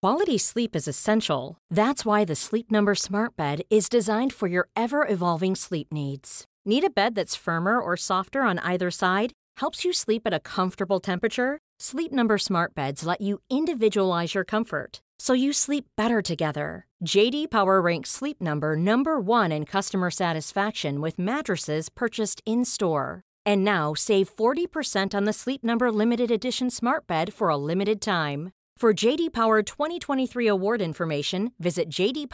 Quality sleep is essential. That's why the Sleep Number Smart Bed is designed for your ever-evolving sleep needs. Need a bed that's firmer or softer on either side? Helps you sleep at a comfortable temperature? Sleep Number Smart Beds let you individualize your comfort, so you sleep better together. JD Power ranks Sleep Number number 1 in customer satisfaction with mattresses purchased in-store. And now, save 40% on the Sleep Number Limited Edition Smart Bed for a limited time. For JD Power 2023 award information, visit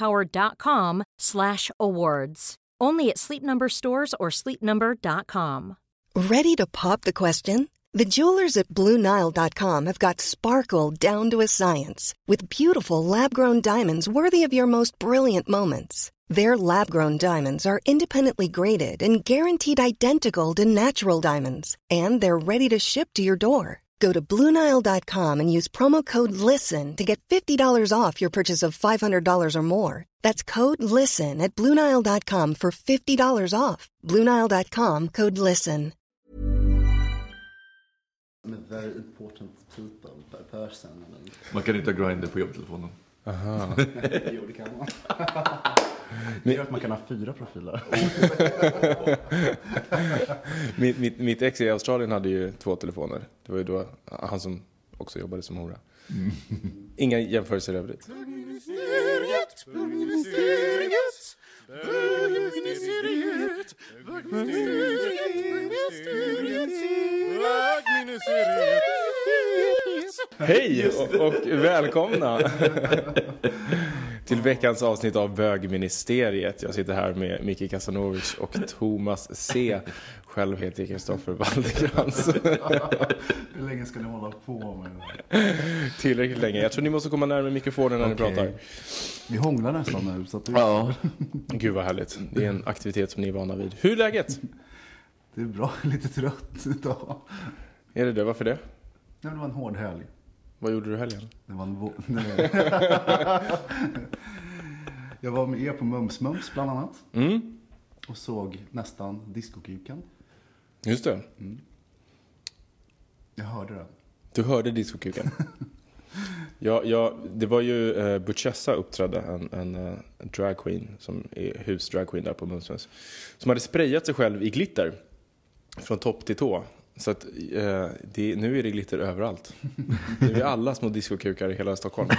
jdpower.com/awards. Only at Sleep Number stores or sleepnumber.com. Ready to pop the question? The jewelers at BlueNile.com have got sparkle down to a science with beautiful lab-grown diamonds worthy of your most brilliant moments. Their lab-grown diamonds are independently graded and guaranteed identical to natural diamonds, and they're ready to ship to your door. Go to BlueNile.com and use promo code LISTEN to get $50 off your purchase of $500 or more. That's code LISTEN at BlueNile.com for $50 off. BlueNile.com, code LISTEN. I'm a very important people person. Man kan inte ha Grindr på jobbtelefonen. Aha. Jo, det kan man. Det gör att man kan ha 4 profiler. mitt ex i Australien hade ju 2 telefoner. Det var ju då han som också jobbade som hora. Inga jämförelser övrigt. Hej och välkomna till veckans avsnitt av Bögministeriet. Jag sitter här med Micke Kasanovic och Thomas C. Själv heter jag Kristoffer Waldekrans. Hur länge ska ni hålla på med det? Tillräckligt länge. Jag tror ni måste komma närmare mikrofonen när ni pratar. Vi hånglar nästan nu. Så att du... Ja. Gud vad härligt. Det är en aktivitet som ni är vana vid. Hur är läget? Det är bra. Lite trött idag. Är det? Varför det? Ja, det var en hård helg. Vad gjorde du helgen? Det var en Jag var med er på Mums bland annat. Och såg nästan Discokuken. Just det. Jag hörde det. Du hörde Discokuken? Ja, det var ju Butchessa uppträdde, en drag queen som är husdrag queen där på Mums. Som hade sprayat sig själv i glitter från topp till tå. Så att nu är det glitter överallt. Nu är alla små discokukar i hela Stockholm.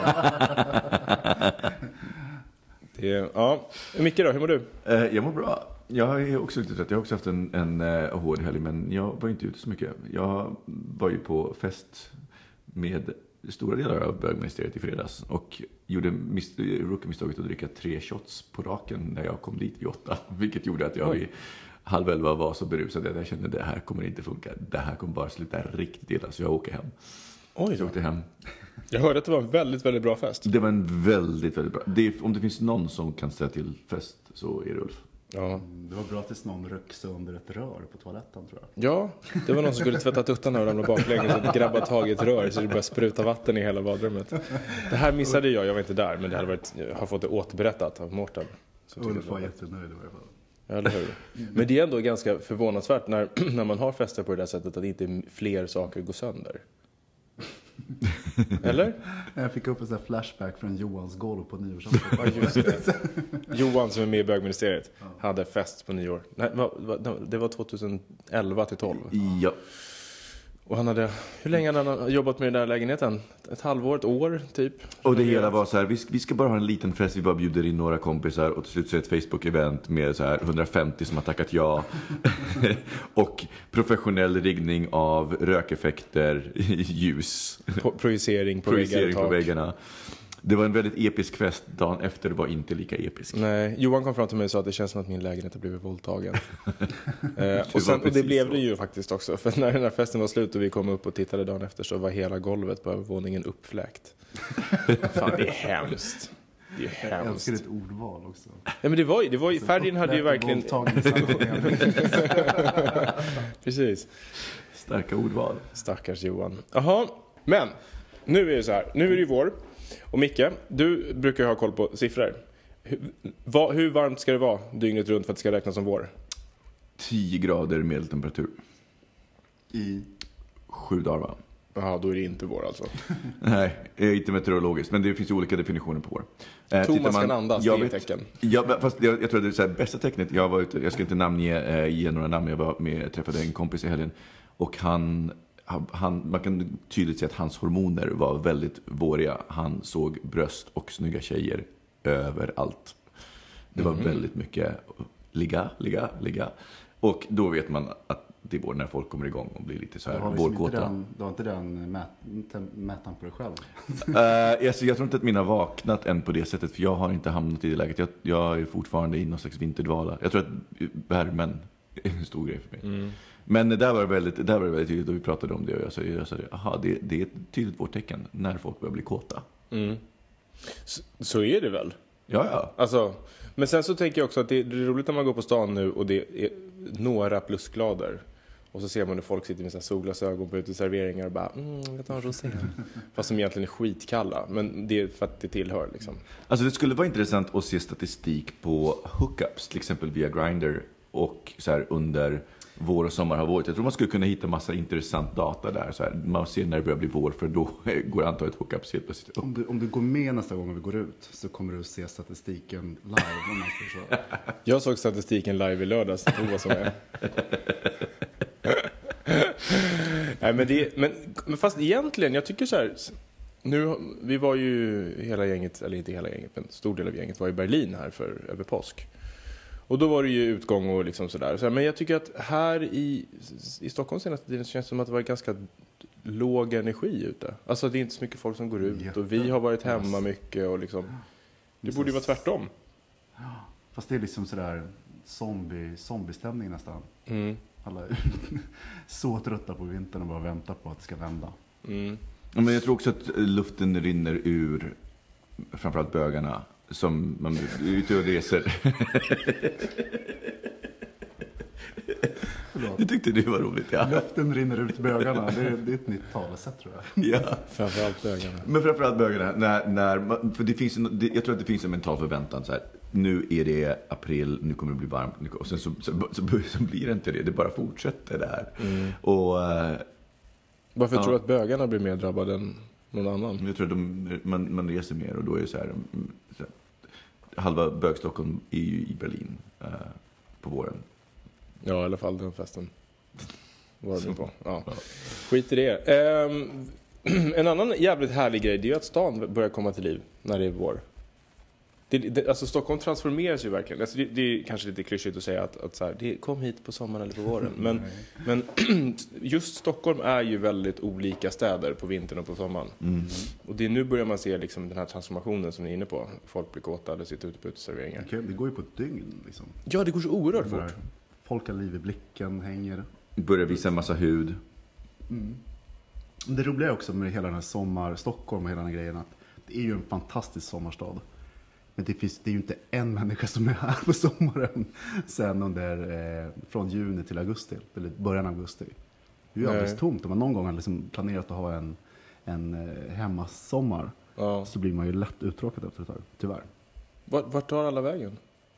Ja, Micke då, hur mår du? Jag mår bra. Jag är också lite trött. Jag har också haft en hård helg, men jag var inte ute så mycket. Jag var ju på fest med stora delar av bögministeriet i fredags och gjorde rookie-misstaget att dricka 3 shots på raken när jag kom dit vid 8. Vilket gjorde att jag vid 10:30 var så berusad att jag kände att det här kommer inte funka. Det här kommer bara sluta riktigt illa, så jag åker hem. Oj, jag åkte hem. Jag hörde att det var en väldigt, väldigt bra fest. Det var en väldigt, väldigt bra. Om det finns någon som kan ställa till fest så är det Ulf. Ja. Det var bra tills någon röks under ett rör på toaletten, tror jag. Ja, det var någon som skulle tvätta tuttarna och ramla baklänges och grabba tag i ett rör så det började spruta vatten i hela badrummet. Det här missade jag var inte där, men jag har fått det återberättat av Mårten. Ulf var jättenöjd i varje fall. Eller hur? Men det är ändå ganska förvånansvärt när man har fester på det där sättet att inte fler saker går sönder. Eller? Jag fick upp en sån här flashback från Johans golv på nyårsafton. Ja, just det. Johan som är med i bögministeriet hade fest på nyår. Nej, det var 2011 till 12. Ja. Och han hade, hur länge hade han jobbat med den där lägenheten? Ett halvår, ett år typ? Och det hela var så här, vi ska bara ha en liten fest, vi bara bjuder in några kompisar och till slut så är ett Facebook-event med så här 150 som har tackat ja. Och professionell riggning av rökeffekter, ljus. Projicering på väggarna. Det var en väldigt episk fest. Dagen efter var inte lika episk. Nej, Johan kom fram till mig och sa att det känns som att min lägenhet har blivit våldtagen. och det blev det ju faktiskt också. För när den här festen var slut och vi kom upp och tittade dagen efter så var hela golvet på övervåningen uppfläkt. Fan, det är hemskt. Det är hemskt. Jag älskar ett ordval också. Ja, men det var ju färgen hade ju verkligen... Precis. Starka ordval. Stackars Johan. Jaha, men nu är det så här. Nu är det ju vår. Och Micke, du brukar ha koll på siffror. Hur varmt ska det vara dygnet runt för att det ska räknas som vår? 10 grader medeltemperatur. I 7 dagar, va? Ja, då är det inte vår alltså. Nej, inte meteorologiskt, men det finns ju olika definitioner på vår. Thomas kan andas, det är ett tecken. Ja, fast jag tror att det är så här, bästa tecknet. Jag ska inte ge några namn, jag träffade en kompis i helgen. Och han, man kan tydligt se att hans hormoner var väldigt våriga. Han såg bröst och snygga tjejer överallt. Det var väldigt mycket ligga. Och då vet man att det är vår när folk kommer igång och blir lite så här vårkåta. Du har inte den mätaren på dig själv? Jag tror inte att mina har vaknat än på det sättet, för jag har inte hamnat i det läget. Jag är fortfarande i någon slags vinterdvala. Jag tror att värmen är en stor grej för mig. Men där var det väldigt tydligt, och vi pratade om det, och jag sa det är ett tydligt vårtecken när folk börjar bli kåta. Så är det väl? Ja. Alltså, men sen så tänker jag också att det är roligt när man går på stan nu och det är några plusgrader. Och så ser man hur folk sitter med sina solglasögon på uteserveringar och bara, jag tar en rosé. Fast som egentligen är skitkalla. Men det är för att det tillhör liksom. Alltså det skulle vara intressant att se statistik på hookups, till exempel via Grindr, och så här under vår och sommar har varit. Jag tror man skulle kunna hitta massa intressant data där. Så här, man ser när det börjar bli vår, för då går antalet hookups helt plötsligt upp. Om du går med nästa gång vi går ut, så kommer du att se statistiken live. Om man säger så. Jag såg statistiken live i lördags. Det var som är. Nej, men fast egentligen, jag tycker så här. Nu, vi var ju hela gänget, eller inte hela gänget, men stor del av gänget var i Berlin här över påsk. Och då var det ju utgång och liksom sådär. Men jag tycker att här i Stockholm senaste tiden känns det som att det var ganska låg energi ute. Alltså det är inte så mycket folk som går ut. Och vi har varit hemma mycket och liksom. Det borde ju vara tvärtom. Ja, fast det är liksom sådär zombiestämning nästan. Alla är så trötta på vintern och bara väntar på att det ska vända. Ja, men jag tror också att luften rinner ur framförallt bögarna. Som man är ute och reser. Du tyckte det var roligt, ja. Luften rinner ut bögarna. Det är ett nytt talesätt, tror jag. Ja. Framförallt bögarna. Men framförallt bögarna. För det finns jag tror att det finns en mental förväntan. Så här, nu är det april, nu kommer det bli varmt. Och sen så blir det inte det. Det bara fortsätter där. Och, varför tror du att bögarna blir mer drabbade än någon annan? Jag tror att man reser mer, och då är det så här halva bögstockholm är ju i Berlin på våren. Ja, i alla fall den festen var det på. Ja. Skit i det. En annan jävligt härlig grej, det är ju att stan börjar komma till liv när det är vår. Alltså Stockholm transformeras ju verkligen. Alltså det är kanske lite klyschigt att säga att så här, kom hit på sommaren eller på våren. Men just Stockholm är ju väldigt olika städer på vintern och på sommaren. Och nu börjar man se liksom den här transformationen som ni är inne på. Folk blir kåta eller sitter ute på uteserveringar. Okay, det går ju på ett dygn liksom. Ja, det går så oerhört fort. Folk har liv i blicken, hänger. Börjar visa en massa hud. Det roliga är också med hela den här Stockholm och hela den här grejen, att det är ju en fantastisk sommarstad. Men det är ju inte en människa som är här på sommaren sen från juni till augusti, eller början av augusti. Det är ju alldeles tomt. Om man någon gång har liksom planerat att ha en hemmasommar, så blir man ju lätt uttråkad efter ett tag, tyvärr. Vart tar alla vägen?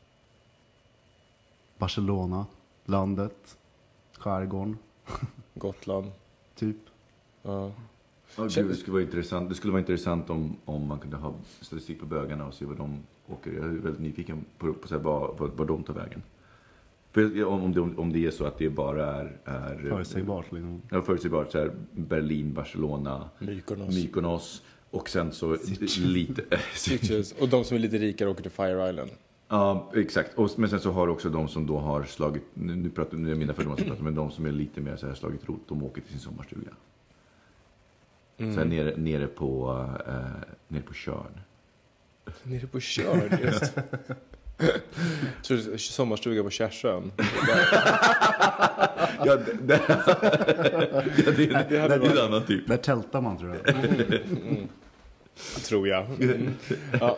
Barcelona, landet, skärgården. Gotland. Typ. Ja. Det skulle vara intressant om man kunde ha statistik på bögarna och se vad de åker. Jag är väldigt nyfiken på så här, vad de tar vägen. För om det är så att det bara är förutsägbart liksom. Ja, förutsägbart så här, Berlin, Barcelona, Mykonos och sen så lite och de som är lite rikare åker till Fire Island. Ja, exakt. Men sen så har också de som då har slagit, nu är mina fördomar som pratar, men de som är lite mer så här slagit rot, de åker till sin sommarstuga. Så här nere på Tjörn. Nere på Tjörn, just. Så sommarstuga på Kärsön. Ja, det är en annan typ. Där tältar man, tror jag. Tror jag. Ja.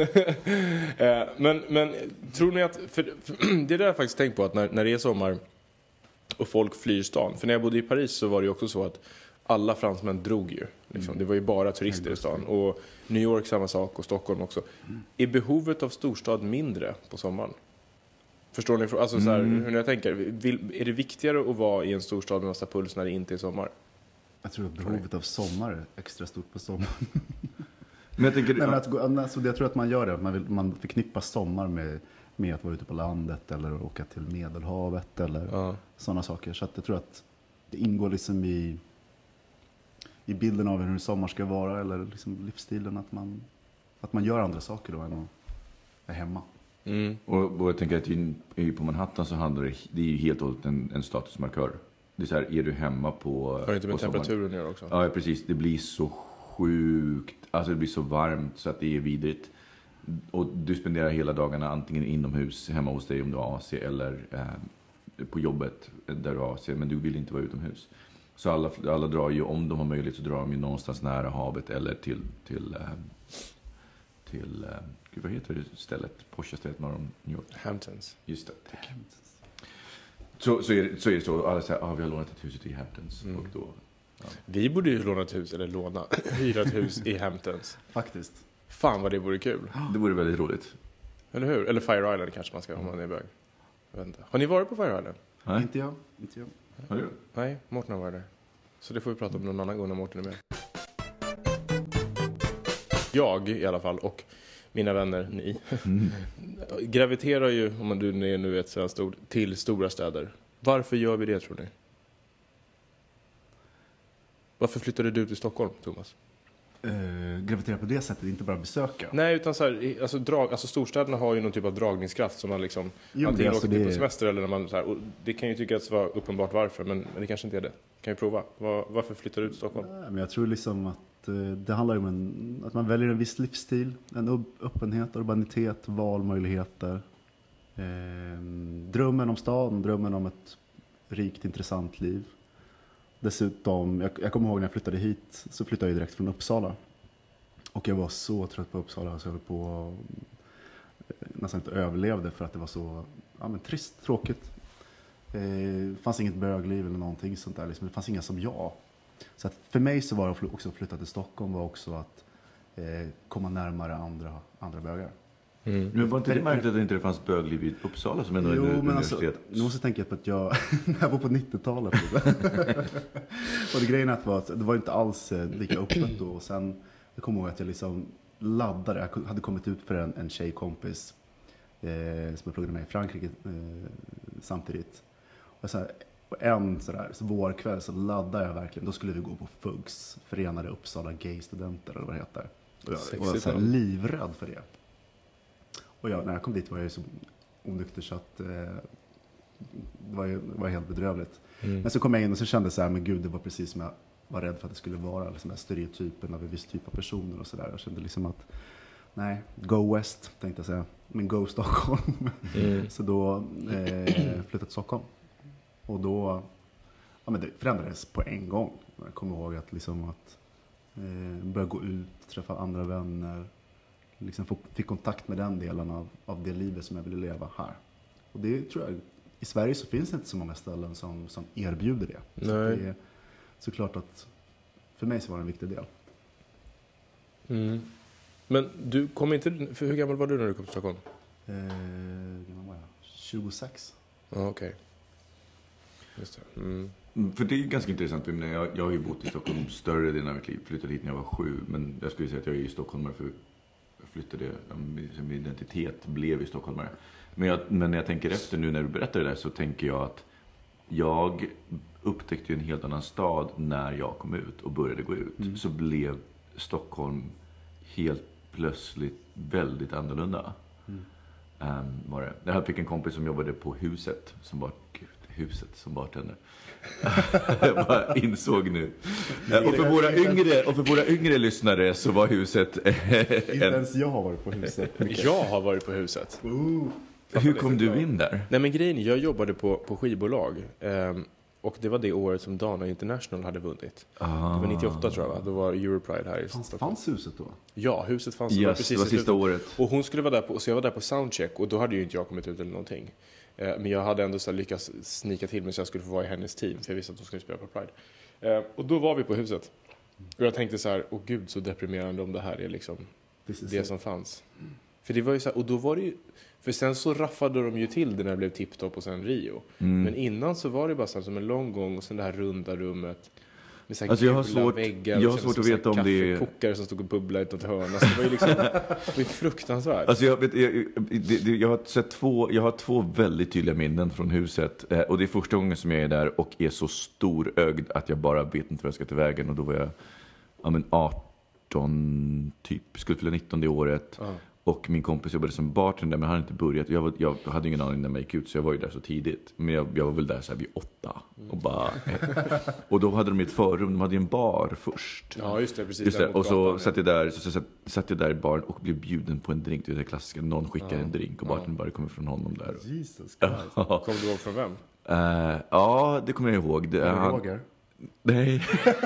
Men tror ni att för det där har jag faktiskt tänkt på, att när det är sommar och folk flyr stan. För när jag bodde i Paris så var det ju också så att alla fransmän drog ju. Liksom. Det var ju bara turister i stan. Och New York samma sak, och Stockholm också. Är behovet av storstad mindre på sommaren? Förstår ni? Alltså så här, hur jag tänker. Är det viktigare att vara i en storstad med massa puls när det inte är sommar? Jag tror att behovet av sommar är extra stort på sommaren. Men jag tänker... Jag tror att man gör det. Man förknippar sommar med att vara ute på landet eller åka till Medelhavet eller sådana saker. Så att jag tror att det ingår liksom i bilden av hur sommar ska vara eller liksom livsstilen att man gör andra saker då än att vara hemma. Mm. Och jag tänker att på Manhattan så handlar det är ju helt och hållet en statusmarkör. Det är så här, är du hemma på... Har det inte med temperaturen att göra också? Ja, precis. Det blir så sjukt. Alltså det blir så varmt så att det är vidrigt. Och du spenderar hela dagarna antingen inomhus hemma hos dig om du har AC eller på jobbet där du har AC. Men du vill inte vara utomhus. Så alla drar ju, om de har möjlighet så drar de ju någonstans nära havet eller till gud, vad heter det stället? Porsche-stället norr om New York. Hamptons. Just det, tack. Så är det så. Alla säger, vi har lånat ett hus i Hamptons. Och då, Vi borde ju låna ett hus, eller hyra ett hus i Hamptons. Faktiskt. Fan vad det vore kul. Det vore väldigt roligt. Eller hur? Eller Fire Island kanske man ska om man är bög. Jag vet inte. Har ni varit på Fire Island? Nej. Inte jag. Har du? Nej, Mårten har varit där. Så det får vi prata om någon annan gång när Mårten är med. Jag i alla fall och mina vänner, ni, graviterar ju, om du är nu ett svenskt ord, till stora städer. Varför gör vi det, tror ni? Varför flyttade du till Stockholm, Thomas? Gravitera på det sättet, inte bara besöka. Nej, utan så här, alltså storstäderna har ju någon typ av dragningskraft som man liksom antingen åker till på semester eller när man så här, och det kan ju tyckas vara uppenbart varför, men det kanske inte är det. Kan vi prova? Varför flyttar du till Stockholm? Nej, men jag tror liksom att det handlar om att man väljer en viss livsstil, en öppenhet, urbanitet, valmöjligheter. Drömmen om staden, drömmen om ett rikt, intressant liv. Dessutom, jag kommer ihåg när jag flyttade hit så flyttade jag direkt från Uppsala. Och jag var så trött på Uppsala så jag höll på nästan inte överlevde för att det var så trist, tråkigt. Det fanns inget bögliv eller någonting sånt där. Liksom. Det fanns inga som jag. Så att för mig så var det också att flytta till Stockholm var också att komma närmare andra bögar. Mm. Men var inte det märkligt att det inte fanns bögliv i Uppsala som ändå är universitet? Alltså, nu måste jag tänka på att när jag var på 90-talet. Och det grejen att det var inte alls lika öppet då. Och sen, jag kommer ihåg att jag liksom laddade. Jag hade kommit ut för en tjejkompis som jag pluggade med i Frankrike samtidigt. Och så här, en vårkväll så laddade jag verkligen. Då skulle vi gå på FUGS, Förenade Uppsala Gay-studenter eller vad det heter. Och jag var så här livrädd för det. Och när jag kom dit var jag så onykter så att det var helt bedrövligt. Men så kom jag in och så kände jag så här, men gud, det var precis som jag var rädd för att det skulle vara. Liksom den här stereotypen av en viss typ av personer och sådär. Jag kände liksom att, nej, go west tänkte jag säga. Men go Stockholm. Så då flyttade till Stockholm. Och då, det förändrades på en gång. Jag kommer ihåg att börja gå ut, träffa andra vänner. Liksom fick kontakt med den delen av det livet som jag ville leva här. Och det tror jag, i Sverige så finns det inte så många ställen som erbjuder det. Nej. Så det är såklart att för mig så var det en viktig del. Men du kom inte, för hur gammal var du när du kom till Stockholm? 26. Ja, okej. Just det. För det är ganska intressant. Jag har ju bott i Stockholm större delen av mitt liv. Flyttade hit när jag var 7. Men jag skulle säga att jag är i stockholmare för jag flyttade, min identitet blev i stockholmare. Men när jag tänker efter nu när du berättar det där så tänker jag att jag upptäckte en helt annan stad när jag kom ut och började gå ut. Så blev Stockholm helt plötsligt väldigt annorlunda. Var det. Jag fick en kompis som jobbade på Huset som bartender. Jag bara insåg nu. Och för våra yngre lyssnare så var Huset inte ens jag har varit på Huset. Jag har varit på Huset. Hur kom du in där? Nej, men grejen, jag jobbade på skivbolag. Och det var det året som Dana International hade vunnit. Det var 98 tror jag, va? Då var Europride här i Stockholm. Fanns Huset då? Ja, Huset fanns. Yes, det var sista året. Och hon skulle vara där så jag var där på soundcheck. Och då hade ju inte jag kommit ut eller någonting. Men jag hade ändå så lyckats snika till mig så jag skulle få vara i hennes team. För jag visste att hon skulle spela på Pride. Och då var vi på Huset. Och jag tänkte så här, åh gud så deprimerande om det här är liksom det som fanns. För det var ju så här, och då var det ju, för sen så raffade de ju till det när det blev Tiptop och sen Rio. Men innan så var det bara så här, som en lång gång och sen det här runda rummet. Med så här Alltså, jag har gula svårt- väggar. jag har och svårt så att här veta om det är- kaffekokare som stod och bubblade utanför hörnan. Alltså, det var ju liksom, det var fruktansvärt. Alltså jag har sett jag har två väldigt tydliga minnen från huset. Och det är första gången som jag är där och är så storögd att jag bara vet inte vad jag ska ta vägen. Och då var jag 18 typ, skulle fylla 19 i året. Och min kompis jobbade som bartender, men han hade inte börjat. Jag hade ingen aning när man gick ut, så jag var ju där så tidigt. Men jag var väl där så här vid 8. Och bara... och då hade de ett förrum, de hade en bar först. Ja, just det, precis. Just det. Där mot Och så gatan, satt jag där, satt jag där i baren och blev bjuden på en drink. Det är det klassiska, någon skickar en drink och bartendern bara kommer från honom där. Jesus Christ. Kommer du ihåg från vem? Ja, det kommer jag ihåg. Roger? Nej.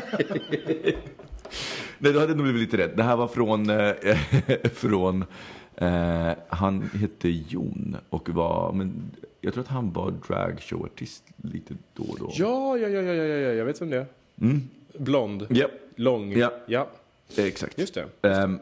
Nej, då hade jag nog blivit lite rädd. Det här var från han hette Jon och jag tror att han var dragshowartist lite då och då. Ja, jag vet vem det är. Blond. Japp. Lång. Ja. Ja, Exakt. just det.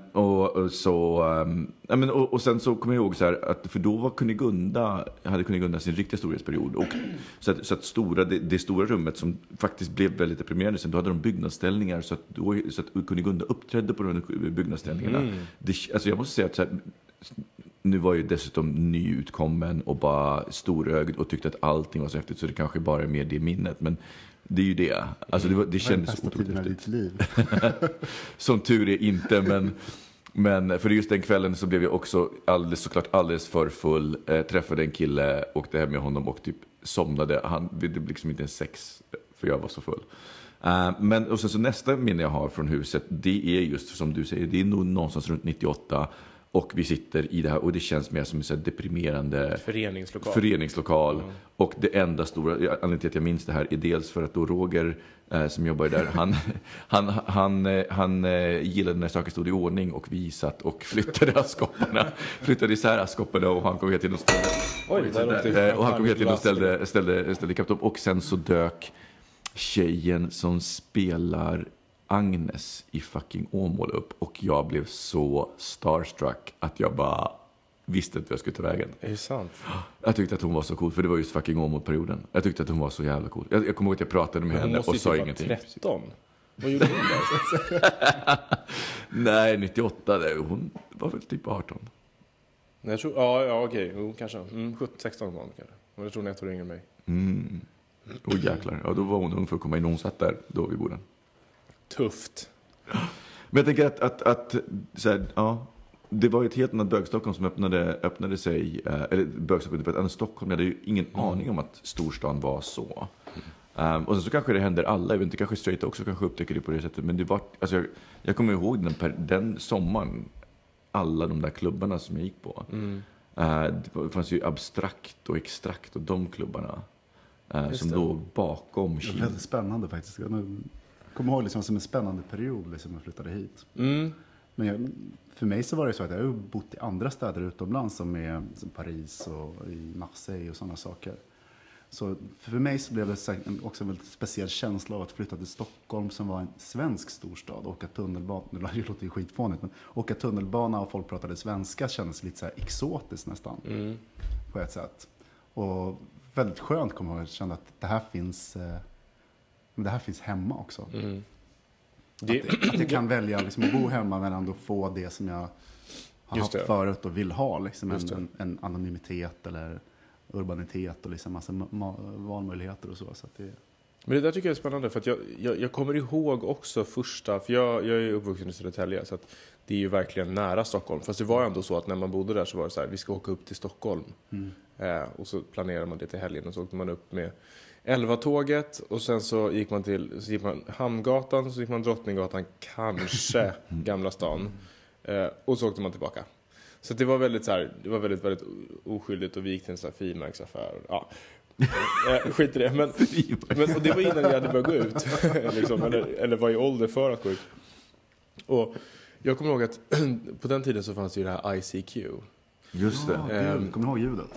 Och sen så kommer jag ihåg så här att för då hade Kunigunda sin riktiga storhetsperiod och så att det stora rummet som faktiskt blev väldigt deprimerande sen, då hade de byggnadsställningar så att Kunigunda uppträdde på de byggnadsställningarna. Alltså jag måste säga att så här, nu var ju dessutom nyutkommen och bara storögd och tyckte att allting var så häftigt, så det kanske bara är mer det minnet, men det är ju det. Alltså det kändes så otroligt häftigt. Ditt liv. Som tur är inte, men för just den kvällen så blev jag också alldeles för full. Träffade en kille, åkte hem med honom och typ somnade. Han ville liksom inte ens sex för jag var så full. Men och sen så nästa minne jag har från huset, det är just som du säger, det är nog någonstans runt 98. Och vi sitter i det här och det känns mer som en så här deprimerande föreningslokal. Och det enda stora anledningen till att jag minns det här är dels för att då Roger som jobbar där, han gillade när saker stod i ordning och vi satt och flyttade isär askopparna och han kom hit till och ställde kapp upp. Och sen så dök tjejen som spelar Agnes i fucking Åmål upp och jag blev så starstruck att jag bara visste inte vad jag skulle ta vägen. Är det sant? Jag tyckte att hon var så cool, för det var just fucking Åmål-perioden. Jag tyckte att hon var så jävla cool. Jag kommer ihåg att jag pratade med henne och sa ingenting. Hon måste ju vara 13. Vad gjorde hon där? Nej, 98, hon var väl typ 18. Jag tror, ja okej, kanske. 16 var hon kanske. Jag tror att hon ringer mig. Jäklar, ja, då var hon ung för att komma in. Hon satt där då vid borden. Tufft. Men jag tänker att så här, ja, det var ju ett helt annat bögstockholm som öppnade sig, eller bögstockholm, det var ett annat Stockholm. Jag hade ju ingen aning om att storstan var så. Och så kanske det händer alla, jag vet inte, kanske straight också kanske upptäcker det på det sättet. Men det var, alltså jag kommer ihåg den sommaren, alla de där klubbarna som jag gick på. Det fanns ju abstrakt och extrakt och de klubbarna som låg bakom Det var väldigt spännande faktiskt. Jag kommer ihåg liksom som en spännande period liksom, när jag flyttade hit. Men för mig så var det så att jag har bott i andra städer utomlands som Paris och i Marseille och sådana saker. Så för mig så blev det också en väldigt speciell känsla av att flytta till Stockholm som var en svensk storstad. Åka tunnelbana, det låter ju skitfånigt, men åka tunnelbana och folk pratade svenska kändes lite så här exotiskt nästan. På ett sätt. Och väldigt skönt kommer jag ihåg att känna att det här finns hemma också. Att jag kan välja liksom, att bo hemma men ändå få det som jag har haft förut och vill ha. Liksom, en anonymitet eller urbanitet och liksom massa valmöjligheter och så. Så att det... Men det där tycker jag är spännande för att jag kommer ihåg också första, för jag är uppvuxen i Södertälje så att det är ju verkligen nära Stockholm. Fast det var ändå så att när man bodde där så var det så här, vi ska åka upp till Stockholm. Och så planerade man det till helgen och så åkte man upp med 11-tåget och sen så gick man Hamngatan, så gick man Drottninggatan, kanske Gamla stan. Och så åkte man tillbaka. Så det var väldigt så här, det var väldigt, väldigt oskyldigt och vi gick till en sån här frimärksaffär. Ja. Skit i det. Men och det var innan jag hade börjat gå ut. Liksom, eller var i ålder för att gå ut. Och jag kommer ihåg att på den tiden så fanns det ju det här ICQ. Just det. Kommer du ihåg ljudet?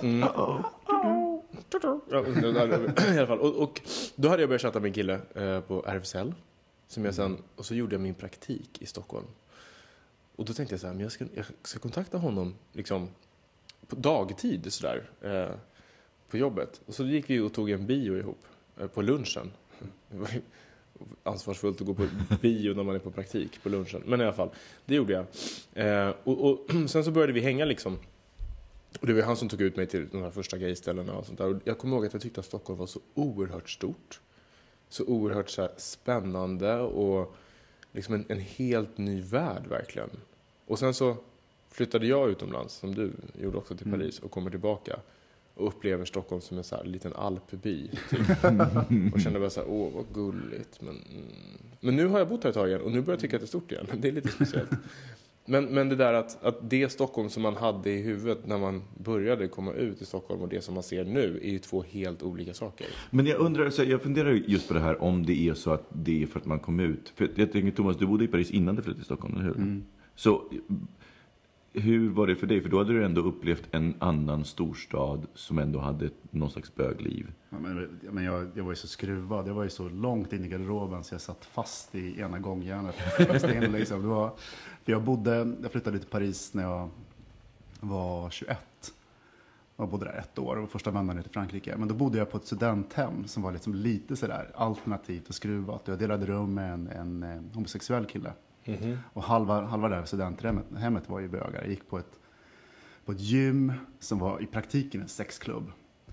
I alla fall. Och då hade jag börjat chatta med en kille på RFSL. Som jag sen, och så gjorde jag min praktik i Stockholm. Och då tänkte jag så här, men jag ska kontakta honom liksom på dagtid sådär, på jobbet. Och så gick vi och tog en bio ihop på lunchen. ansvarsfullt att gå på bio när man är på praktik på lunchen. Men i alla fall, det gjorde jag. Och sen så började vi hänga liksom. Och det var han som tog ut mig till de här första gayställena och sånt där. Och jag kommer ihåg att jag tyckte att Stockholm var så oerhört stort. Så oerhört så här spännande och liksom en helt ny värld verkligen. Och sen så flyttade jag utomlands, som du gjorde också, till Paris och kommer tillbaka och upplever Stockholm som en så här liten alpby typ. Och kände bara så här, åh vad gulligt, men nu har jag bott här ett tag igen och nu börjar jag tycka att det är stort igen. Det är lite speciellt. Men det där att det Stockholm som man hade i huvudet när man började komma ut i Stockholm och det som man ser nu är ju två helt olika saker. Men jag undrar, så jag funderar just på det här, om det är så att det är för att man kom ut. För jag tänker, Thomas, du bodde i Paris innan du flyttade till Stockholm, eller hur? Så hur var det för dig? För då hade du ändå upplevt en annan storstad som ändå hade någon slags bögliv. Ja, men jag var ju så skruvad. Jag var ju så långt in i garderoben så jag satt fast i ena gångjärnet. Liksom. Jag flyttade till Paris när jag var 21. Jag bodde där 1 år och var första vändan till Frankrike. Men då bodde jag på ett studenthem som var liksom lite sådär alternativt och skruvat. Jag delade rum med en homosexuell kille. Mm-hmm. Och halva där studenthemmet var ju bögar. Jag gick på ett gym som var i praktiken en sexklubb.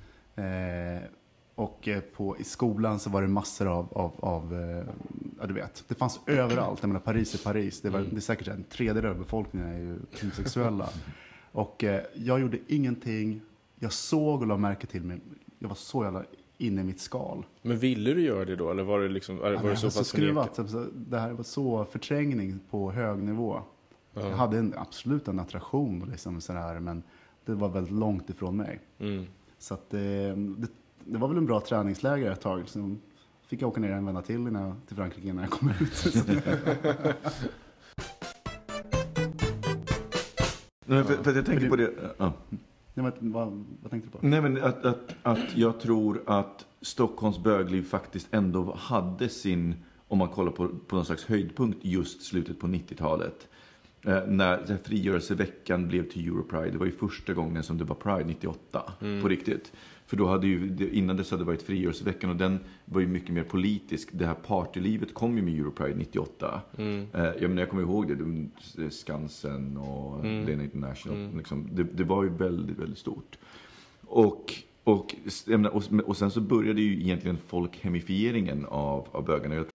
I skolan så var det massor av ja, du vet, det fanns överallt. Jag menar, Paris är Paris. Det är säkert en tredjedel av befolkningen är ju homosexuella. Och jag gjorde ingenting. Jag såg och la märke till mig. Jag var så jävla inne i mitt skal. Men ville du göra det då? Eller var det liksom, var det så pass skruvat? Det här var så förträngning på hög nivå. Jag hade absolut en attraktion liksom, sådär, men det var väldigt långt ifrån mig. Så att det var väl en bra träningsläger ett tag. Så fick jag åka ner en vända till Frankrike innan jag kom ut. Nej, för jag tänker på det. Ja. Nej, vad tänkte du på? Nej, men att jag tror att Stockholms bögliv faktiskt ändå hade sin, om man kollar på någon slags höjdpunkt, just slutet på 90-talet. När frigörelseveckan blev till Europride. Det var ju första gången som det var Pride 98 på riktigt. För då hade ju, innan dess hade det varit frigörelseveckan och den var ju mycket mer politisk. Det här partylivet kom ju med Europride 98. Jag kommer ihåg det, Skansen och Lena International. Liksom, det var ju väldigt, väldigt stort. Och sen så började ju egentligen folkhemifieringen av bögarna.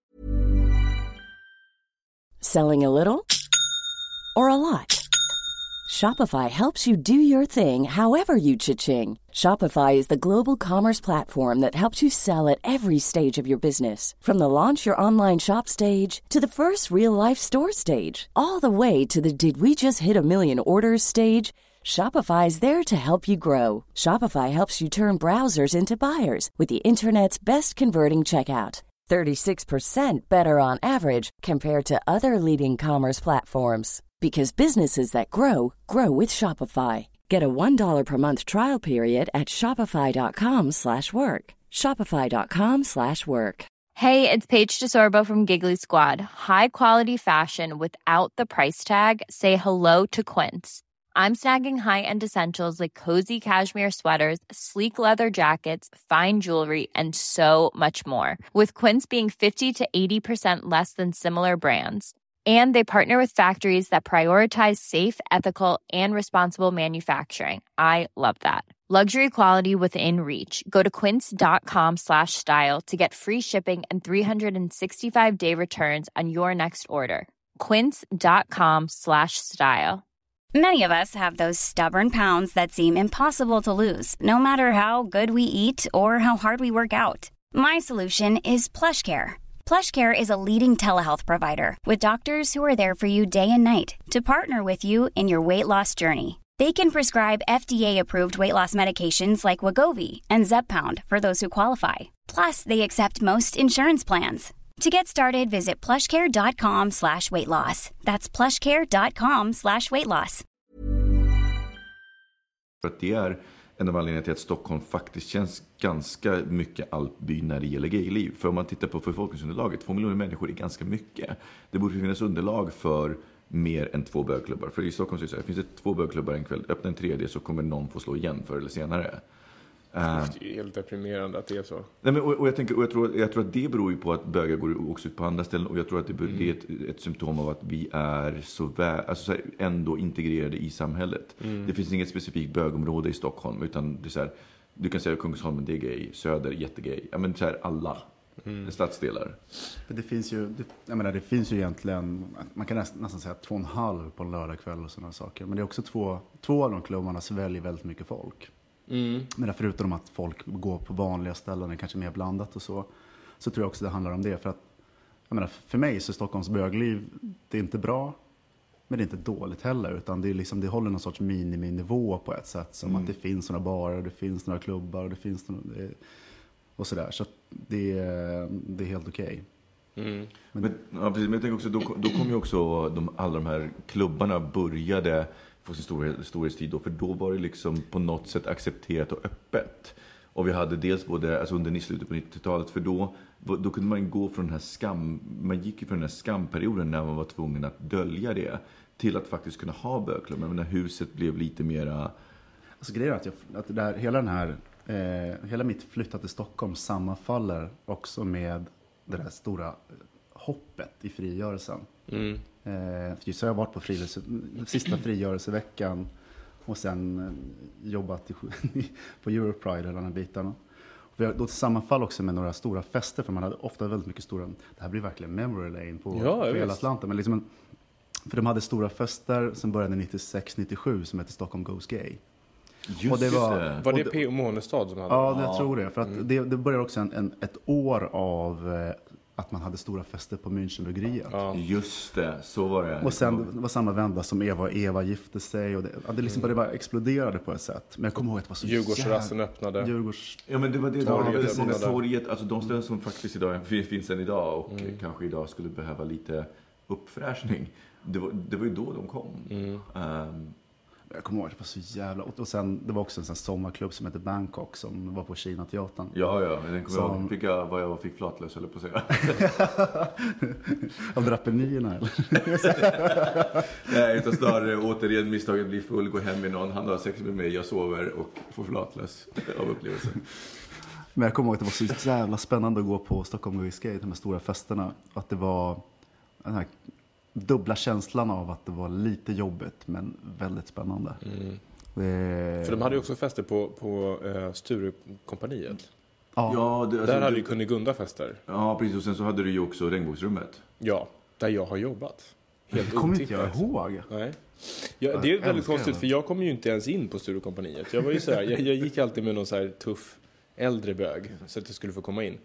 Selling a little or a lot? Shopify helps you do your thing however you cha-ching. Shopify is the global commerce platform that helps you sell at every stage of your business. From the launch your online shop stage to the first real-life store stage, all the way to the did we just hit a million orders stage. Shopify is there to help you grow. Shopify helps you turn browsers into buyers with the internet's best converting checkout. 36% better on average compared to other leading commerce platforms. Because businesses that grow, grow with Shopify. Get a $1 per month trial period at shopify.com/work. Shopify.com/work. Hey, it's Paige DeSorbo from Giggly Squad. High quality fashion without the price tag. Say hello to Quince. I'm snagging high-end essentials like cozy cashmere sweaters, sleek leather jackets, fine jewelry, and so much more. With Quince being 50 to 80% less than similar brands. And they partner with factories that prioritize safe, ethical, and responsible manufacturing. I love that. Luxury quality within reach. Go to quince.com/style to get free shipping and 365-day returns on your next order. Quince.com/style. Many of us have those stubborn pounds that seem impossible to lose, no matter how good we eat or how hard we work out. My solution is PlushCare. PlushCare is a leading telehealth provider with doctors who are there for you day and night to partner with you in your weight loss journey. They can prescribe FDA-approved weight loss medications like Wegovy and Zepbound for those who qualify. Plus, they accept most insurance plans. To get started, visit plushcare.com/weightloss. That's plushcare.com/weightloss. För att det är en av anledningarna till att Stockholm faktiskt känns ganska mycket alpby när det gäller gayliv. För om man tittar på befolkningsunderlaget, 2 miljoner människor är ganska mycket. Det borde finnas underlag för mer än 2 bögklubbar. För i Stockholm så finns det 2 bögklubbar en kväll. Öppna en tredje så kommer någon få slå igen förr eller senare. Det är ju helt deprimerande att det är så. Nej, men, och jag tror att det beror ju på att bögar går också ut på andra ställen. Och jag tror att det är ett symptom av att vi är så ändå integrerade i samhället. Det finns inget specifikt bögområde i Stockholm, utan det är så här, du kan säga att Kungsholmen det är gay, Söder jättegay. Ja, men så här, alla stadsdelar. Det finns ju, det finns ju egentligen, man kan nästan säga 2,5 på en lördagkväll och sådana saker. Men det är också två av de klubbarna sväljer väldigt mycket folk. Men förutom att folk går på vanliga ställen, kanske mer blandat och så tror jag också det handlar om det. För att, för mig så är Stockholms bögliv, det är inte bra, men det är inte dåligt heller. Utan det är liksom, det håller någon sorts miniminivå på ett sätt. Som att det finns några barer, det finns några klubbar, och det finns och sådär. Så det är helt okej. Men jag tänker också, då kom ju också alla de här klubbarna började få sin storhetstid då, för då var det liksom på något sätt accepterat och öppet. Och vi hade dels både under slutet på 90-talet, för då kunde man gå från den här man gick ju från den här skamperioden när man var tvungen att dölja det till att faktiskt kunna ha bögklubb. Men när huset blev lite mera... Alltså grejen är att hela mitt flytta till Stockholm sammanfaller också med det där stora hoppet i frigörelsen. Så jag har varit på sista frigörelseveckan och sen jobbat på Europride och de här bitarna. Vi har då sammanfall också med några stora fester, för man hade ofta väldigt mycket stora, det här blir verkligen memory lane på hela Atlanten, men liksom för de hade stora fester som började 96-97 som hette Stockholm Goes Gay. Just det. Var det P.O. Månestad som hade? Ja, jag tror det. För att det började också ett år av att man hade stora fester på Münchenbryggeriet. Ja. Just det, så var det. Och sen det var samma vända som Eva gifte sig. Och det liksom bara exploderade på ett sätt. Men jag kommer ihåg att det var så Djurgårdsrassen öppnade. Ja, men det var det. Torget, alltså de ställen som faktiskt idag finns än idag och kanske idag skulle behöva lite uppfräschning. Det var ju då de kom. Jag kommer ihåg att det var så jävla... Och sen, det var också en sån sommarklubb som heter Bangkok som var på Kina-teatern. Ja, men den kommer jag vad jag fick flatlös, eller på att säga. Av drapenierna, eller? Nej, utan snarare återigen misstaget blir full, gå hem med någon, han har sex med mig, jag sover och får flatlös av upplevelsen. Men jag kommer ihåg att det var så jävla spännande att gå på Stockholm Goes Gay, de här stora festerna. Att det var den här dubbla känslan av att det var lite jobbigt men väldigt spännande. För de hade ju också fester på Sturecompagniet. Ja, där hade ju Kunigunda fester. Ja, precis. Och sen så hade du ju också Regnbågsrummet. Ja, där jag har jobbat. Helt kommer inte jag ihåg. Nej. Ja, det är väldigt konstigt, för jag kom ju inte ens in på Sturecompagniet. Jag var ju så här, jag gick alltid med någon så här tuff äldre bög så att jag skulle få komma in.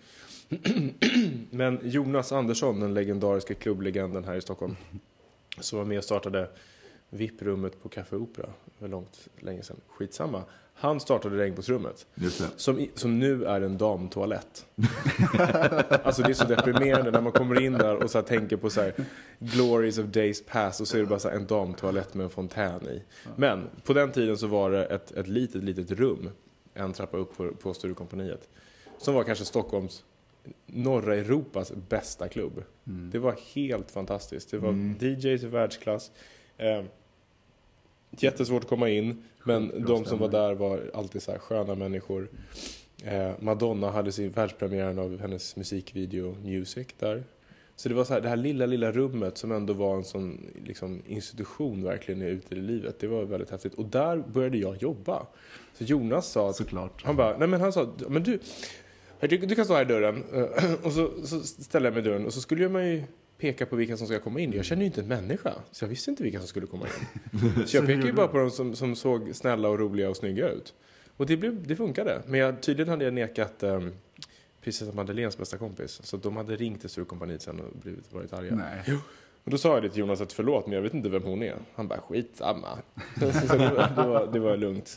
Men Jonas Andersson, den legendariska klubblegenden här i Stockholm, som var med och startade VIP-rummet på Café Opera för länge sedan. Skitsamma. Han startade Regnbågsrummet. Som nu är en damtoalett. Alltså det är så deprimerande när man kommer in där och så här tänker på så här glories of days past, och så är det bara så här en damtoalett med en fontän i. Men på den tiden så var det ett litet rum, en trappa upp på Sturecompagniet, som var kanske Stockholms, norra Europas bästa klubb. Det var helt fantastiskt. Det var DJs i världsklass. Jättesvårt att komma in, men de som var där var alltid så här sköna människor. Madonna hade sin världspremiär av hennes musikvideo Music där. Så det var så här, det här lilla rummet som ändå var en sån liksom institution verkligen ute i livet. Det var väldigt häftigt. Och där började jag jobba. Så Jonas sa att, såklart. Han sa, men du kan stå här i dörren. Och så ställer jag mig i dörren. Och så skulle man ju peka på vilka som ska komma in. Jag kände ju inte en människa. Så jag visste inte vilka som skulle komma in. Så jag pekade ju bara på de som såg snälla och roliga och snygga ut. Och det funkade. Men tydligen hade jag nekat prinsessa Madeleines bästa kompis. Så de hade ringt till Sturecompagniet sen och varit arga. Nej. Jo. Och då sa jag det till Jonas att förlåt, men jag vet inte vem hon är. Han bara, skitsamma. Så det var lugnt.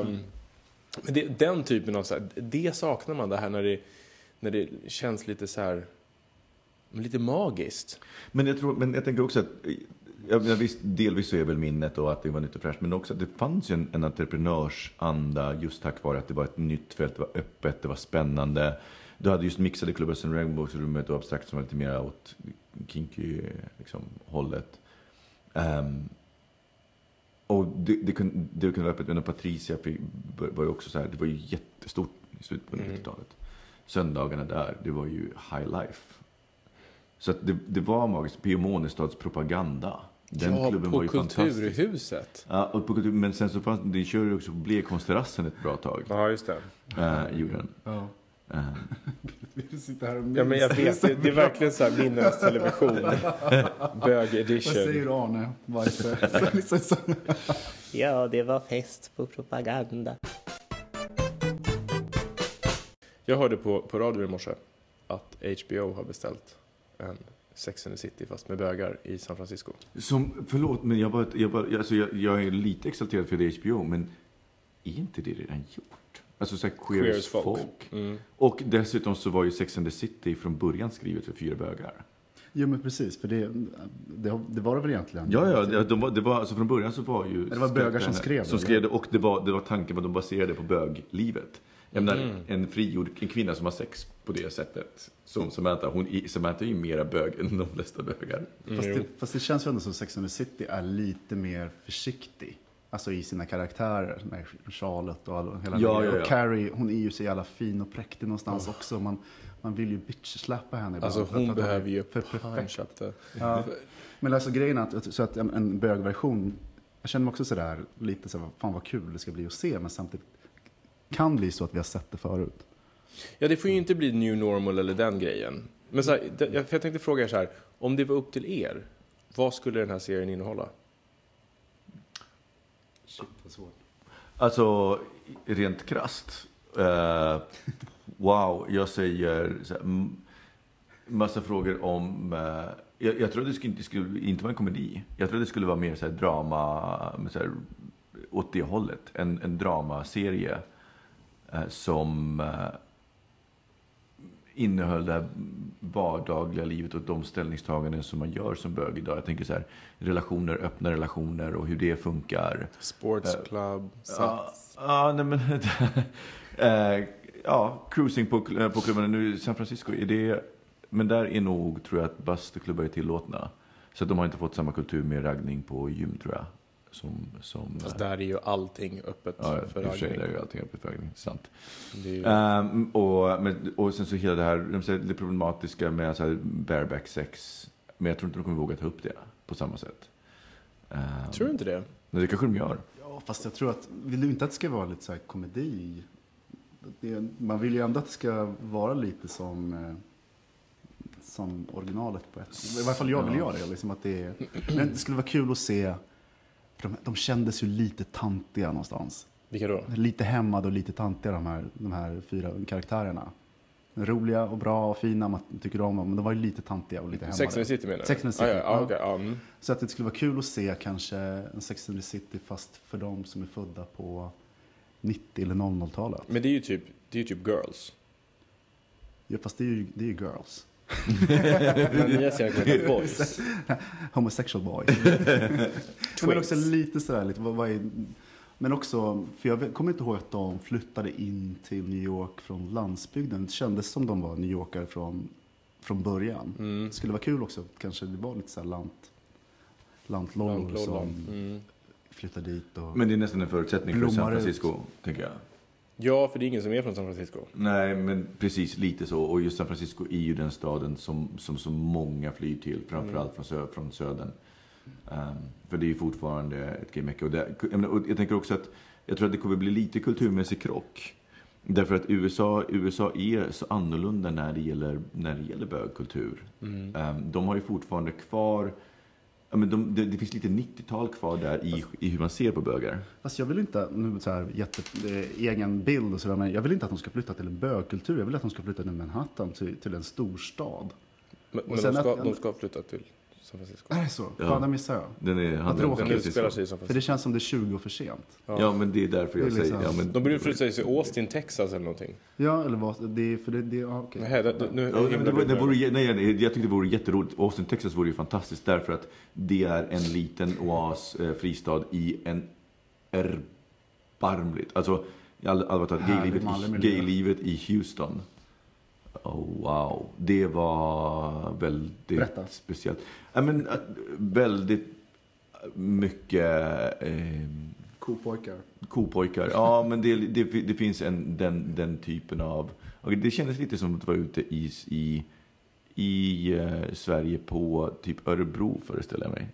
Men den typen av så här, det saknar man det här när det känns lite så här, lite magiskt. Men jag tänker också att visst, delvis så är väl minnet och att det var nytt och fräscht, men också att det fanns ju en entreprenörsanda just tack vare att det var ett nytt fält, det var öppet, det var spännande. Du hade just mixade klubbar som Regnbågsrummet och Abstrakt som var lite mer åt kinky liksom, hållet. Och det kunde vara öppet, men Patricia var ju också så här, det var ju jättestort i slutet på 90-talet. Söndagarna där, det var ju high life. Så att det var magiskt. P.O. Månestads propaganda. Den klubben på var ju Kulturhuset. Ja, och men sen så fanns det kör ju också på Blekonstterrassen ett bra tag. Ja, just det. Gjorde den. Ja. Vi sitter här och Ja, men jag vet, det är verkligen så här minnes television. Bög edition. Vad säger du, Arne? Varför? Ja, det var fest på propaganda. Jag hörde på radio i morse att HBO har beställt en Sex and the City fast med bögar i San Francisco. Förlåt, men jag är lite exalterad för det HBO, men är inte det redan gjort? Alltså så här queer as folk. Och dessutom så var ju Sex and the City från början skrivet för 4 bögar. Jo, men precis, för det var det väl egentligen. Ja, det var alltså från början så var ju... Det var bögar som skrev det. Och det var tanken att de baserade på böglivet. En frigjord kvinna som har sex på det sättet. Som Samantha är ju mera bög än de flesta bögar. Fast det känns ju ändå som Sex and the City är lite mer försiktig. Alltså i sina karaktärer. Med Charlotte och hela ja. Och Carrie, hon är ju så jävla fin och präktig någonstans också. Man vill ju bitch-slappa henne ibland. Alltså hon behöver ju punch. Ja. Men alltså grejen är så att en bögversion, jag känner mig också sådär lite så här, fan vad kul det ska bli att se, men samtidigt kan bli så att vi har sett det förut. Ja, det får ju inte bli new normal eller den grejen. Men så här, jag tänkte fråga er så här, om det var upp till er, vad skulle den här serien innehålla? Shit, vad svårt. Alltså, rent krasst. Wow, jag säger så här, massa frågor om... jag tror att det skulle inte vara en komedi. Jag tror att det skulle vara mer så här drama, så här, åt det hållet. En dramaserie som innehöll det vardagliga livet och de ställningstaganden som man gör som bög idag. Jag tänker så här, relationer, öppna relationer och hur det funkar. Sportsclub, cruising på klubbarna nu i San Francisco. Men där är nog, tror jag, att bastuklubbar är tillåtna. Så att de har inte fått samma kultur med raggning på gym, tror jag. Fast där är ju allting öppet för raggning. Där är ju allting öppet för raggning, sant. Ju... Och sen så hela det här, det problematiska med så här bareback sex. Men jag tror inte de kommer våga ta upp det på samma sätt. Tror du inte det? Nej, det kanske de gör. Ja, fast jag tror att, vill du inte att det ska vara lite så här komedi? Man vill ju ändå att det ska vara lite som originalet på ett. I varje fall jag vill göra det. Liksom att men det skulle vara kul att se. För de kändes ju lite tantiga någonstans. Vilka då? Lite hämmade och lite tantiga de här 4 karaktärerna. Roliga och bra och fina, man tycker om dem. Men de var ju lite tantiga och lite hämmade. Sex and the City menar du? Sex and the City, okay. Så att det skulle vara kul att se kanske en Sex and the City fast för de som är födda på 90 eller 00-talet. Men det är ju typ Girls. Ja, fast det är ju Girls. Men nya serien Boys. Homosexual boy. Men också lite sådär, men också, för jag kommer inte ihåg att de flyttade in till New York från landsbygden. Det kändes som de var New Yorkare från början. Det skulle vara kul också, kanske det var lite såhär lantlollor som flyttade dit. Men det är nästan en förutsättning för San Francisco, tänker jag. Ja, för det är ingen som är från San Francisco. Nej, men precis lite så. Och just San Francisco är ju den staden som så många flyr till. Framförallt från södern. För det är ju fortfarande ett gay-mecka. Och jag tänker också att jag tror att det kommer bli lite kulturmässig krock. Därför att USA är så annorlunda när det gäller bögkultur. De har ju fortfarande kvar... det finns lite 90-tal kvar där i hur man ser på bögar. Fast jag vill inte, nu så här egen bild och sådär, men jag vill inte att de ska flytta till en bögkultur. Jag vill att de ska flytta till Manhattan, till en storstad. Men de ska flytta till San Francisco. Är det så? Ja. Fan, det missar jag. Den utspelar sig i San Francisco. För det känns som det är 20 år för sent. Ja, men det är därför jag säger... Liksom, de borde flytta sig i Austin, Texas eller någonting. Ja, eller vad? Okej. Jag tyckte det vore jätteroligt. Austin, Texas vore ju fantastiskt därför att det är en liten oas, fristad i en erbarmligt... Alltså, gaylivet i Houston. Oh, wow. Det var väldigt speciellt. Väldigt mycket Kopojkar. Ja, men det finns den typen av... Och det kändes lite som att vara ute i Sverige på typ Örebro, föreställer jag mig.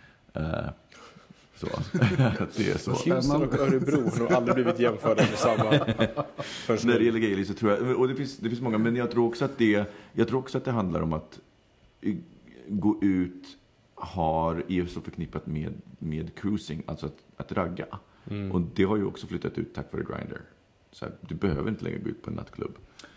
Så. Det är så. Houston och Örebro har nog aldrig blivit jämförda med samma. När det gäller grejer så tror jag, och det finns många, men jag tror också att det handlar om att gå ut är så förknippat med cruising, alltså att ragga. Och det har ju också flyttat ut tack vare Grindr. Så här, du behöver inte längre gå ut på en nattklubb.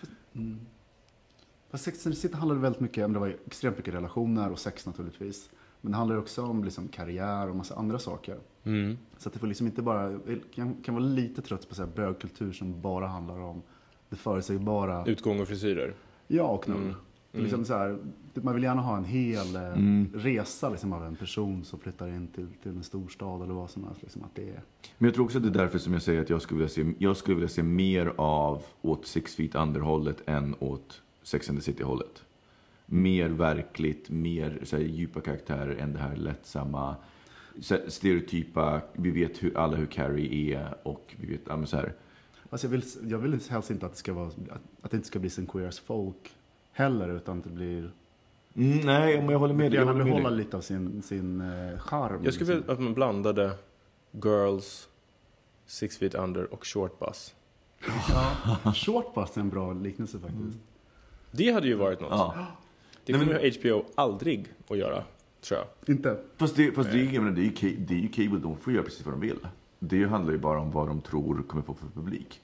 Fast Sex and the City handlade väldigt mycket om, det var extremt mycket relationer och sex naturligtvis. Men det handlar också om liksom karriär och massa andra saker. Så att det får liksom inte bara, kan vara lite trött på så här bögkultur som bara handlar om det förutsägbara. Utgång och frisyrer. Ja, och knull. Liksom så här, man vill gärna ha en hel resa liksom, av en person som flyttar in till en storstad eller vad som helst. Liksom, att det är... Men jag tror också att det är därför som jag säger att jag skulle vilja se mer av åt 6 Feet Under-hållet än åt Sex and the City-hållet. Mer verkligt, mer så här, djupa karaktärer än det här lättsamma, stereotypa. Vi vet hur Carrie är och vi vet så här. Alltså jag vill helst inte att det ska vara att det inte ska bli som Queer as Folk heller, utan att det blir nej, men jag håller med dig. Jag vill behålla lite av sin charm. Jag skulle vilja att man blandade Girls, 6 Feet Under och Short Bus. Ja, Short Bus är en bra liknelse faktiskt. Det hade ju varit något. Ja. Det kommer ju HBO aldrig att göra, tror jag. Inte. Fast det är ju cable, de får göra precis vad de vill. Det handlar ju bara om vad de tror kommer få för publik.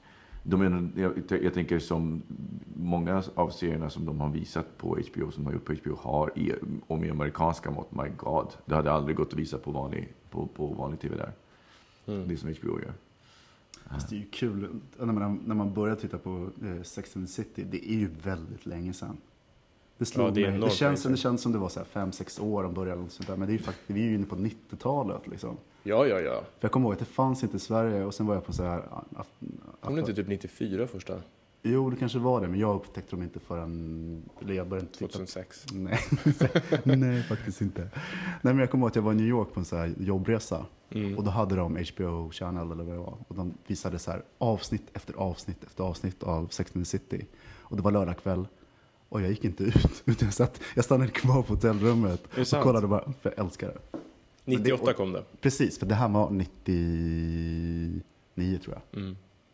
Jag tänker som många av serierna som de har visat på HBO, som de har gjort på HBO, har om i amerikanska mått, my god. Det hade aldrig gått att visa på vanlig tv där. Det som HBO gör. Fast det är ju kul när man börjar titta på Sex and the City. Det är ju väldigt länge sedan. Det slog mig. Det känns som det var så här 5-6 år om början och sånt där. Men det är ju faktiskt, vi är ju inne på 90-talet liksom. Ja. För jag kommer ihåg att det fanns inte i Sverige, och sen var jag på så här... Kom det inte typ 94 första? Jo, det kanske var det, men jag upptäckte dem inte förrän... Eller jag började inte 2006? Nej, faktiskt inte. Nej, men jag kommer ihåg att jag var i New York på en så här jobbresa. Och då hade de HBO Channel eller vad det var. Och de visade så här avsnitt efter avsnitt av Sex and the City. Och det var lördag kväll. Och jag gick inte ut. Utan jag stannade kvar på hotellrummet och kollade bara, för jag älskar det. 98 kom det. Precis, för det här var 99 tror jag.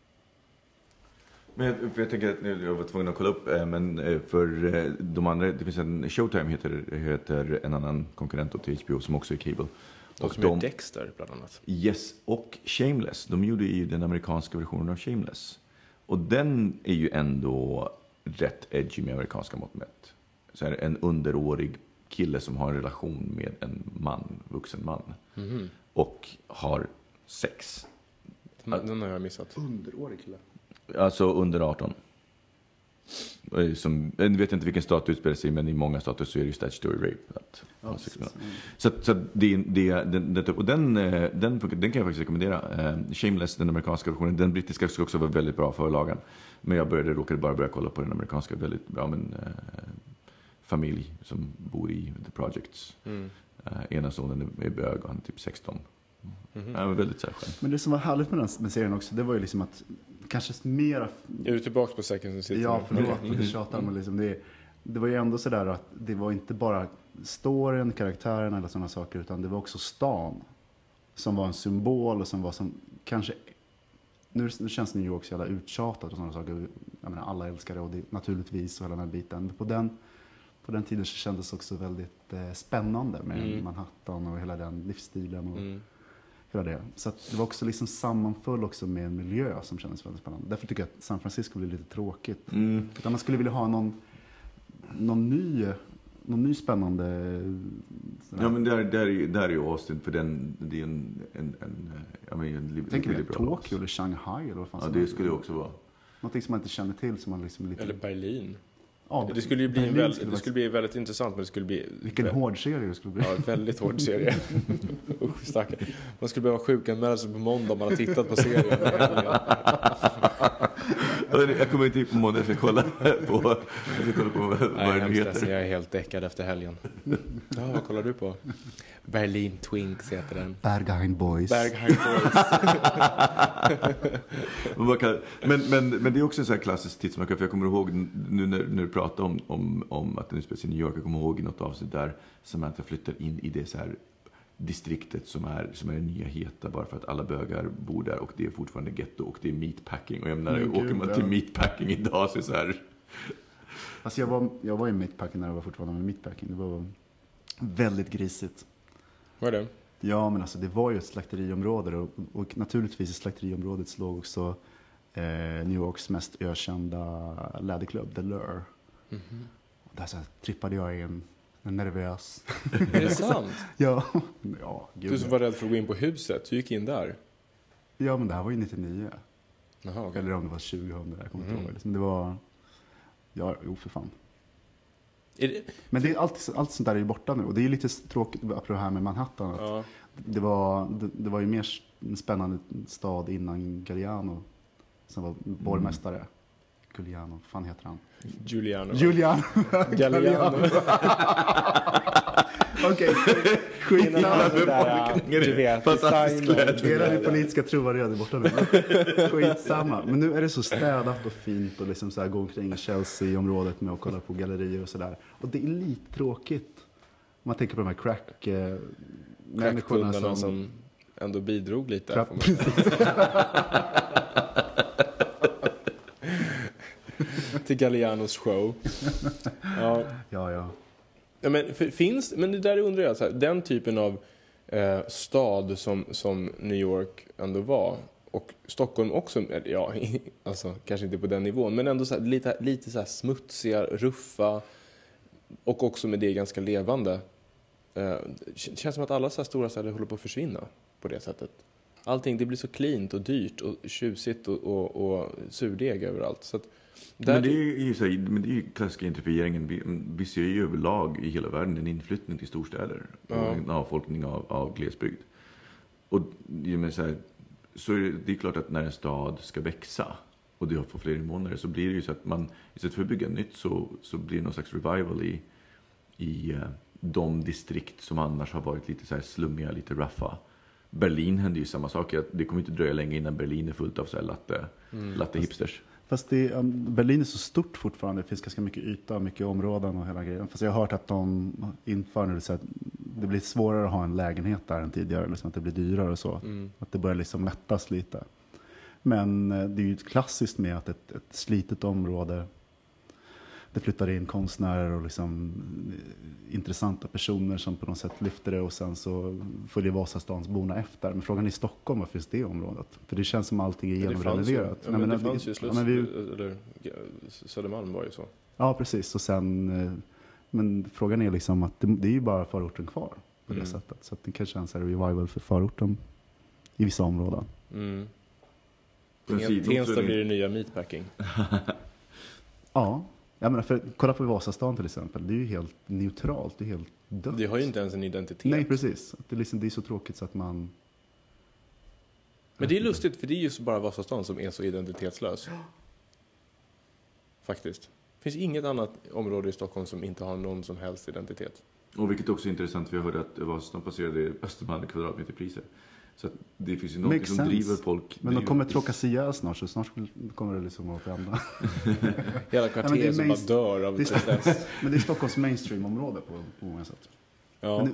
Men jag tänker att jag var tvungen att kolla upp, men för de andra, det finns en Showtime heter en annan konkurrent till HBO som också är cable. Och som är Dexter bland annat. Yes, och Shameless. De gjorde ju den amerikanska versionen av Shameless. Och den är ju ändå rätt edgy med amerikanska mått mätt. Så är det en underårig kille som har en relation med en vuxen man. Och har sex. Den har jag missat. Underårig kille. Alltså under 18. Jag vet inte vilken stat utspelar sig, men i många stater så är det ju statutory rape. Så den kan jag faktiskt rekommendera. Shameless, den amerikanska versionen. Den brittiska ska också vara väldigt bra förlagen. Men jag råkade bara börja kolla på den amerikanska. Väldigt bra, men familj som bor i The Projects. Ena sonen är bög och han är typ 16. Ja, väldigt särskilt. Men det som var härligt med serien också, det var ju liksom att kanske mera... Är du tillbaka på Sex and the City? Ja, förlåt. Det tjatar, men liksom det var ju ändå sådär att det var inte bara storyn, karaktären eller sådana saker, utan det var också stan som var en symbol och som var som kanske... Nu känns det ju också jävla uttjatat och sådana saker. Jag menar, alla älskar det och det naturligtvis och hela den här biten. Men på den tiden så kändes det också väldigt spännande med Manhattan och hela den livsstilen och hela det. Så att det var också liksom sammanfull också med en miljö som kändes väldigt spännande. Därför tycker jag att San Francisco blir lite tråkigt. Utan man skulle vilja ha någon ny spännande... Ja, men där är ju Austin, för det är en tänker du Tokyo eller Shanghai eller vad fan? Ja, det skulle också vara. Någonting som man inte känner till, som man liksom lite... Eller Berlin. Ja, det skulle ju bli det skulle bli väldigt intressant, men det skulle bli... Vilken hård serie det skulle bli. Ja, väldigt hård serie. Usch, stackare. Man skulle behöva sjukanmäla sig på måndag om man har tittat på serien. Jag kommer inte hit på måndag, jag ska kolla på vad det heter. Jag är helt däckad efter helgen. Ja, vad kollar du på? Berlin Twinks heter den. Berghain Boys. Men det är också en sån här klassisk tidsmarkör. För jag kommer ihåg nu när du pratar om att den utspelar sig i New York. Jag kommer ihåg i något avsnitt där Samantha flyttar in i det så här distriktet som är det nya heta, bara för att alla bögar bor där och det är fortfarande ghetto och det är meatpacking. Och jag menar, åker man till meatpacking idag så är det så här... Alltså jag var i meatpacking när jag var fortfarande med meatpacking. Det var väldigt grisigt. Vad är det? Ja, men alltså det var ju ett slakteriområde och naturligtvis i slakteriområdet låg också New Yorks mest ökända läderklubb, The Lure. Mm-hmm. Och där så trippade jag in, nervös. Är det sant? Ja, gud. Du som var rädd för att gå in på huset, du gick in där? Ja, men det här var ju 99. Jaha, okay. Eller om det var 2000, jag kommer inte ihåg. Men det var, för fan. Men det är allt sånt där är ju borta nu. Och det är lite tråkigt apropå det här med Manhattan. Att det var ju mer en spännande stad innan Galliano. Som var borgmästare. Giuliano, fan heter han? Giuliano. Galliano. Okej, skitsamma. Du vet, Hela det politiska trovärdighet är borta nu. Skitsamma. Men nu är det så städat och fint och liksom så här gå omkring i Chelsea-området med och kolla på gallerier och sådär. Och det är lite tråkigt. Om man tänker på de här crack-människorna som ändå bidrog lite. Där, till Gallianos show. Ja. Ja, men men det där undrar jag så här, den typen av stad som New York ändå var, och Stockholm också, alltså kanske inte på den nivån, men ändå så här, lite så här smutsiga, ruffa, och också med det ganska levande. Känns som att alla så här stora städer håller på att försvinna på det sättet. Allting, det blir så cleant och dyrt och tjusigt och surdeg överallt. Så att men det är ju klassiska gentrifieringen. Vi ser ju överlag i hela världen en inflyttning till storstäder och en avfolkning av glesbygd. Och så är det är klart att när en stad ska växa och det får fler invånare, så blir det ju så att man istället för att bygga nytt så blir det någon slags revival i de distrikt som annars har varit lite så här slummiga, lite ruffa. Berlin hände ju samma sak. Det kommer inte dröja länge innan Berlin är fullt av så här latte hipsters. Fast Berlin är så stort fortfarande. Det finns ganska mycket yta, mycket områden och hela grejen. Fast jag har hört att de inför nu så att det blir svårare att ha en lägenhet där än tidigare. Liksom att det blir dyrare och så. Att det börjar liksom mättas lite. Men det är ju klassiskt med att ett slitet område, det flyttar in konstnärer och liksom intressanta personer som på något sätt lyfter det, och sen så följer Vasastansborna efter. Men frågan är i Stockholm, vad finns det området? För det känns som allting är genomrenoverat. Det fanns ju Södermalm var ju så. Ja, precis. Och sen, men frågan är liksom att det är ju bara förorten kvar på det sättet. Så att det kanske är en revival för förorten i vissa områden. Tensta blir det nya meatpacking. Ja. Jag menar, kolla på Vasastan till exempel. Det är ju helt neutralt, det är helt dött. Det har ju inte ens en identitet. Nej, precis. Det är så tråkigt så att man... Men det är lustigt, för det är just bara Vasastan som är så identitetslös. Faktiskt. Det finns inget annat område i Stockholm som inte har någon som helst identitet. Och vilket också är intressant, för jag hörde att Vasastan passerade Östermalm i kvadratmeterpriser. Så att det finns ju något som driver folk. Men de kommer tråkas ihjäl snart, så snart kommer det liksom att förändra. Hela kvarter som bara dör av tristess. Men det är Stockholms mainstream-område på många sätt. Ja.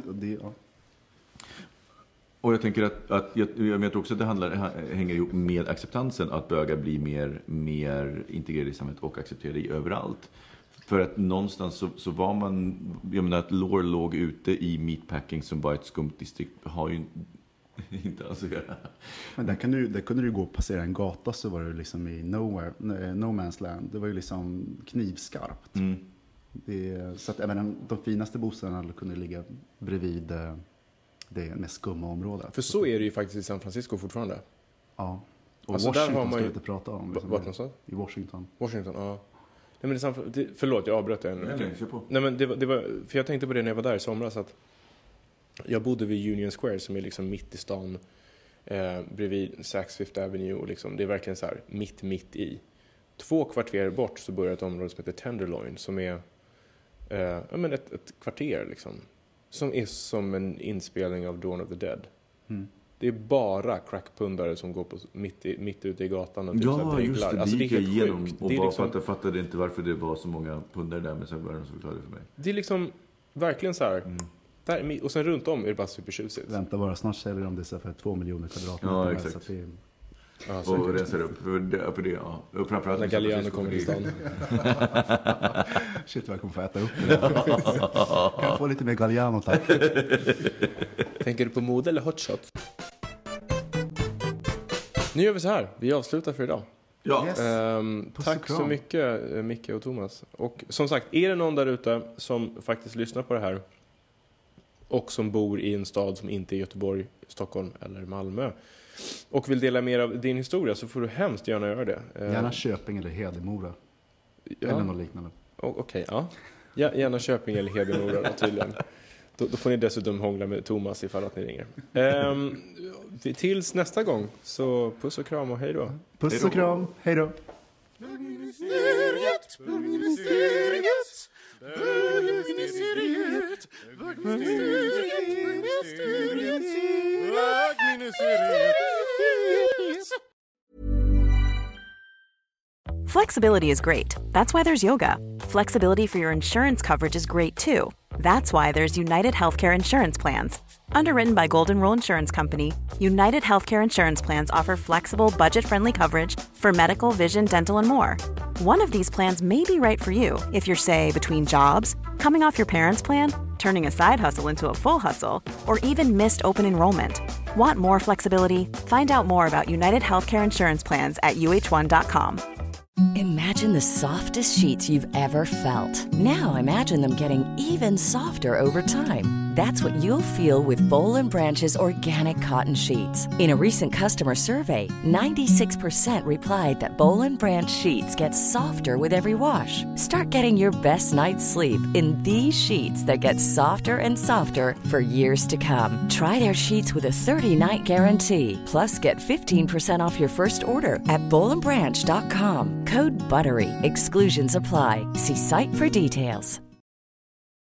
Och jag tänker att jag tror också att det hänger ihop med acceptansen, att bögar blir mer integrerade i samhället och accepterade i överallt. För att någonstans så var man, jag menar att Lore låg ute i meatpacking som var ett skumt distrikt, har ju inte alls att göra. Men där kunde du gå och passera en gata, så var det liksom i no man's land. Det var ju liksom knivskarpt. Så att även de finaste bostäderna kunde ligga bredvid det mest skumma området. För så är det ju faktiskt i San Francisco fortfarande. Ja. Och alltså Washington där har man ju... ska vi inte prata om. Liksom. Vart någonstans? I Washington. Washington, ja. Nej, men förlåt, jag avbröt det. Nej, men det var, för jag tänkte på det när jag var där i somras, att jag bodde vid Union Square som är liksom mitt i stan, bredvid Saks Fifth Avenue, och liksom, det är verkligen så här mitt i. 2 kvarter bort så börjar ett område som heter Tenderloin, som är ett kvarter liksom. Som är som en inspelning av Dawn of the Dead. Det är bara crackpundare som går på mitt ute i gatan och typ ja, just det. Alltså, det är helt igenom sjukt. och det är bara liksom, för att jag fattade inte varför det var så många pundare där, men sen var de så förklarade för mig. det är liksom verkligen så här. Där, och sen runt om är det bara supertjusigt. Vänta bara, snart säljer de det för 2 miljoner kvadratmeter. Ja, exakt. Så det Och rensar upp för det, ja. Och framförallt när Galliano kommer till stan. Shit, vad jag kommer få äta upp det. Kan jag få lite mer Galliano, tack? Tänker du på mode eller hotshot? Nu gör vi så här. Vi avslutar för idag. Ja. Yes. Tack så mycket, Micke och Thomas. Och som sagt, är det någon där ute som faktiskt lyssnar på det här och som bor i en stad som inte är Göteborg, Stockholm eller Malmö och vill dela mer av din historia, så får du hemskt gärna göra det. Gärna Köping eller Hedemora. Eller något liknande. Okej, ja. Gärna Köping eller Hedemora tydligen. Då får ni dessutom hångla med Thomas ifall att ni ringer. Tills nästa gång, så puss och kram och hej då. Puss och kram, hej då. Flexibility is great. That's why there's yoga. Flexibility for your insurance coverage is great too. That's why there's United Healthcare Insurance Plans. Underwritten by Golden Rule Insurance Company, United Healthcare Insurance Plans offer flexible, budget-friendly coverage for medical, vision, dental, and more. One of these plans may be right for you if you're, say, between jobs, coming off your parents' plan, turning a side hustle into a full hustle, or even missed open enrollment. Want more flexibility? Find out more about United Healthcare Insurance Plans at uh1.com. Imagine the softest sheets you've ever felt. Now imagine them getting even softer over time. That's what you'll feel with Boll & Branch's organic cotton sheets. In a recent customer survey, 96% replied that Boll & Branch sheets get softer with every wash. Start getting your best night's sleep in these sheets that get softer and softer for years to come. Try their sheets with a 30-night guarantee. Plus, get 15% off your first order at bollandbranch.com. Code BUTTERY. Exclusions apply. See site for details.